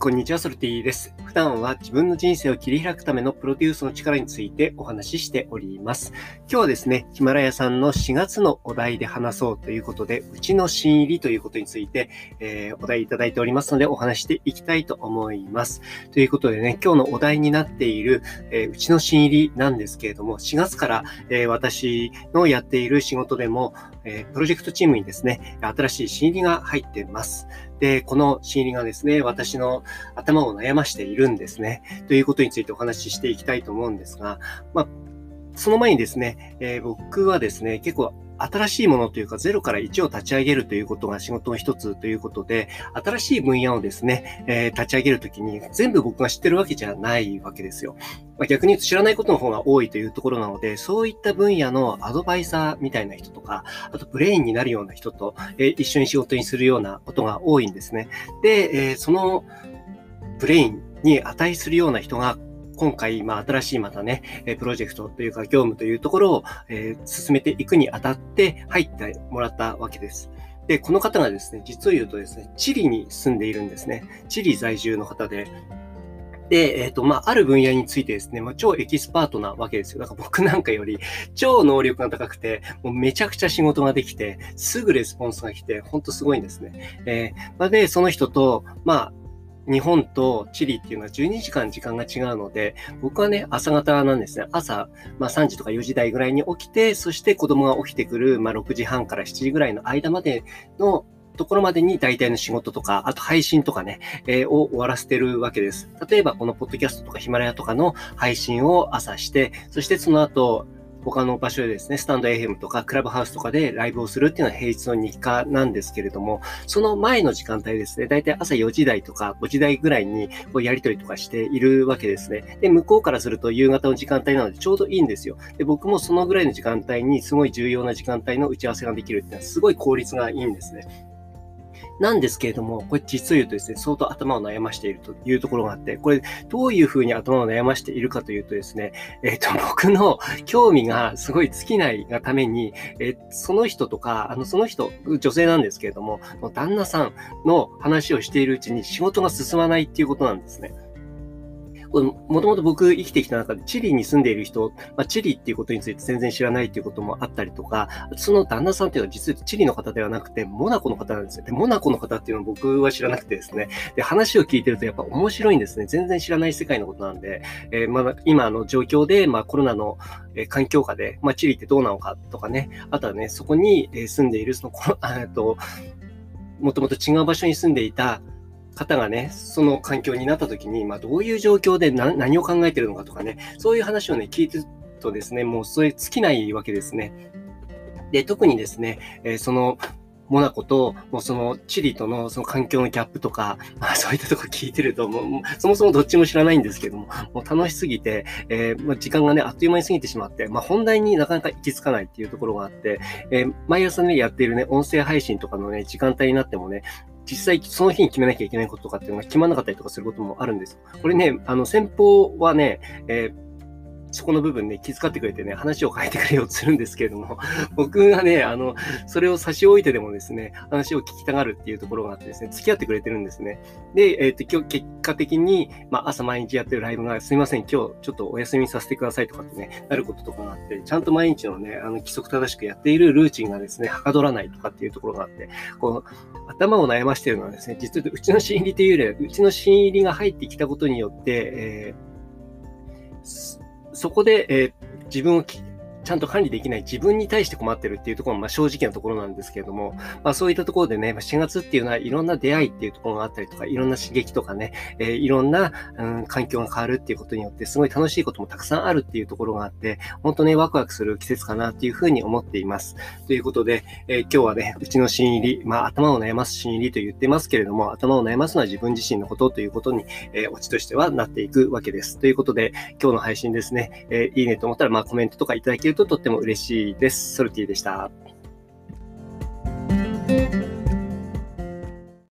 こんにちは、ソルティです。普段は自分の人生を切り開くためのプロデュースの力についてお話ししております。今日はですね、ヒマラヤさんの4月のお題で話そうということで、うちの新入りということについて、お題いただいておりますのでお話していきたいと思います。ということでね、今日のお題になっている、うちの新入りなんですけれども、4月から、私のやっている仕事でも、プロジェクトチームにですね、新しい新入りが入っています。で、この新入りがですね、私の頭を悩ましているんですね。ということについてお話ししていきたいと思うんですが、その前にですね、僕はですね、結構新しいものというか0から1を立ち上げるということが仕事の一つということで、新しい分野をですね、立ち上げるときに全部僕が知ってるわけじゃないわけですよ。逆に言うと知らないことの方が多いというところなので、そういった分野のアドバイザーみたいな人とか、あとブレインになるような人と、一緒に仕事にするようなことが多いんですね。で、そのブレインに値するような人が今回、新しいまたね、プロジェクトというか業務というところを、進めていくにあたって入ってもらったわけです。で、この方がですね、実を言うとですね、チリに住んでいるんですね。チリ在住の方で、で、ある分野についてですね、超エキスパートなわけですよ。だから僕なんかより超能力が高くて、もうめちゃくちゃ仕事ができて、すぐレスポンスが来て、ほんとすごいんですね。で、その人と、日本とチリっていうのは12時間時間が違うので、僕はね、朝方なんですね。朝、3時とか4時台ぐらいに起きて、そして子供が起きてくる、6時半から7時ぐらいの間までのところまでに大体の仕事とか、あと配信とかね、を終わらせてるわけです。例えばこのポッドキャストとかヒマラヤとかの配信を朝して、そしてその後、他の場所でですね、スタンド FM とかクラブハウスとかでライブをするっていうのは平日の日課なんですけれども、その前の時間帯ですね、だいたい朝4時台とか5時台ぐらいにやり取りとかしているわけですね。で、向こうからすると夕方の時間帯なのでちょうどいいんですよ。で、僕もそのぐらいの時間帯にすごい重要な時間帯の打ち合わせができるっていうのはすごい効率がいいんですね。なんですけれども、これ実を言うとですね、相当頭を悩ましているというところがあって、これどういうふうに頭を悩ましているかというとですね、僕の興味がすごい尽きないがために、その人とか、その人、女性なんですけれども、旦那さんの話をしているうちに仕事が進まないっていうことなんですね。もともと僕生きてきた中でチリに住んでいる人、チリっていうことについて全然知らないっていうこともあったりとか、その旦那さんっていうのは実はチリの方ではなくて、モナコの方なんですよ。で、モナコの方っていうのは僕は知らなくてですね、で、話を聞いてるとやっぱ面白いんですね。全然知らない世界のことなんで、今の状況で、コロナの環境下で、チリってどうなのかとかね、あとはね、そこに住んでいる、もともと違う場所に住んでいた方がね、その環境になった時に、どういう状況で何を考えてるのかとかね、そういう話をね、聞いてるとですね、もうそれ尽きないわけですね。で、特にですね、そのモナコと、もうそのチリとのその環境のギャップとか、そういったところ聞いてると、もうそもそもどっちも知らないんですけども、もう楽しすぎて、時間がね、あっという間に過ぎてしまって、本題になかなか行き着かないっていうところがあって、毎朝ね、やっているね、音声配信とかのね、時間帯になってもね、実際その日に決めなきゃいけないこととかっていうのが決まらなかったりとかすることもあるんです。これね、先方はね、そこの部分ね、気遣ってくれてね、話を変えてくれようとするんですけれども、僕がね、それを差し置いてでもですね、話を聞きたがるっていうところがあってですね、付き合ってくれてるんですね。で、今日結果的に、朝毎日やってるライブが、すいません、今日ちょっとお休みさせてくださいとかってね、なることとかがあって、ちゃんと毎日のね、規則正しくやっているルーチンがですね、はかどらないとかっていうところがあって、頭を悩ましているのはですね、実はうちの新入りというよりは、うちの新入りが入ってきたことによって、そこで、自分をちゃんと管理できない自分に対して困ってるっていうところも正直なところなんですけれども、そういったところでね、4月っていうのはいろんな出会いっていうところがあったりとか、いろんな刺激とかね、いろんな、環境が変わるっていうことによってすごい楽しいこともたくさんあるっていうところがあって、本当ね、ワクワクする季節かなっていうふうに思っています。ということで、今日はね、うちの新入り、頭を悩ます新入りと言ってますけれども、頭を悩ますのは自分自身のことということに、オチとしてはなっていくわけです。ということで、今日の配信ですね、いいねと思ったら、コメントとかいただけるととっても嬉しいです。ソルティでした。